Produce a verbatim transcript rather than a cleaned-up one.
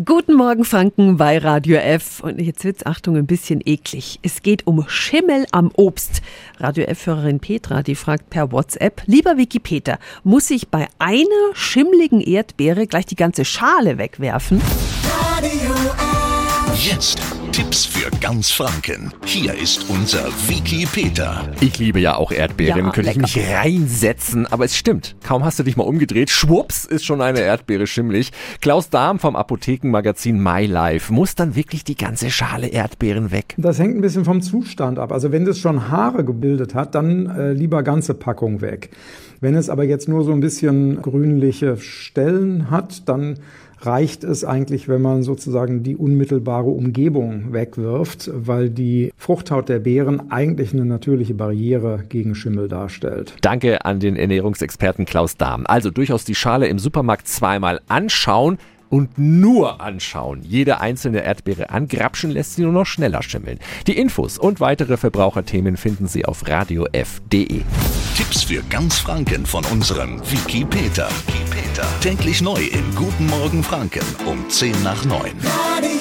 Guten Morgen Franken bei Radio F. Und jetzt wird's, Achtung, ein bisschen eklig. Es geht um Schimmel am Obst. Radio F-Hörerin Petra, die fragt per WhatsApp: Lieber Wikipedia, muss ich bei einer schimmligen Erdbeere gleich die ganze Schale wegwerfen? Radio F. Jetzt Tipps für ganz Franken. Hier ist unser Wikipedia. Ich liebe ja auch Erdbeeren, Ja, könnte ich lecker. mich reinsetzen, aber es stimmt. Kaum hast du dich mal umgedreht, schwupps, ist schon eine Erdbeere schimmlig. Klaus Dahm vom Apothekenmagazin MyLife: Muss dann wirklich die ganze Schale Erdbeeren weg? Das hängt ein bisschen vom Zustand ab. Also wenn das schon Haare gebildet hat, dann äh, lieber ganze Packung weg. Wenn es aber jetzt nur so ein bisschen grünliche Stellen hat, dann reicht es eigentlich, wenn man sozusagen die unmittelbare Umgebung wegwirft, weil die Fruchthaut der Beeren eigentlich eine natürliche Barriere gegen Schimmel darstellt. Danke an den Ernährungsexperten Klaus Dahm. Also durchaus die Schale im Supermarkt zweimal anschauen und nur anschauen. Jede einzelne Erdbeere angrapschen lässt sie nur noch schneller schimmeln. Die Infos und weitere Verbraucherthemen finden Sie auf radio f punkt de. Tipps für ganz Franken von unserem Wikipedia. Täglich neu in Guten Morgen Franken um zehn nach neun. Radio